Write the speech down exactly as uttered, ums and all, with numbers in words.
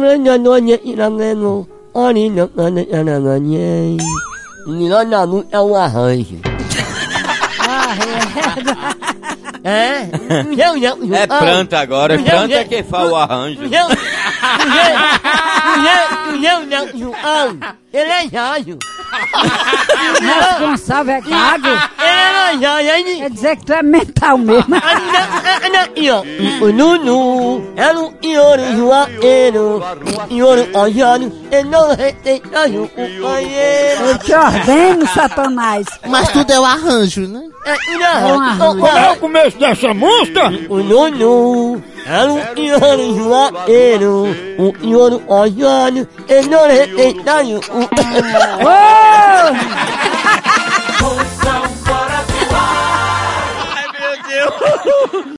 é um arranjo. É? É planta agora, é planta é quem faz o arranjo. Ele é Jário. Responsável é gago? Ele é Jário. Quer dizer que tu é mental mesmo. Aqui, ó. O Nunu era um ioro joaeiro. Um ioro ojado. Ele não respeita o companheiro. Eu te ordeno, Satanás. Mas tudo é o arranjo, né? É um arranjo. Como é o começo dessa música? O Nunu era um ioro joaeiro. Um ioro ojado. Ele não respeita o companheiro. Oh! Ai, meu Deus!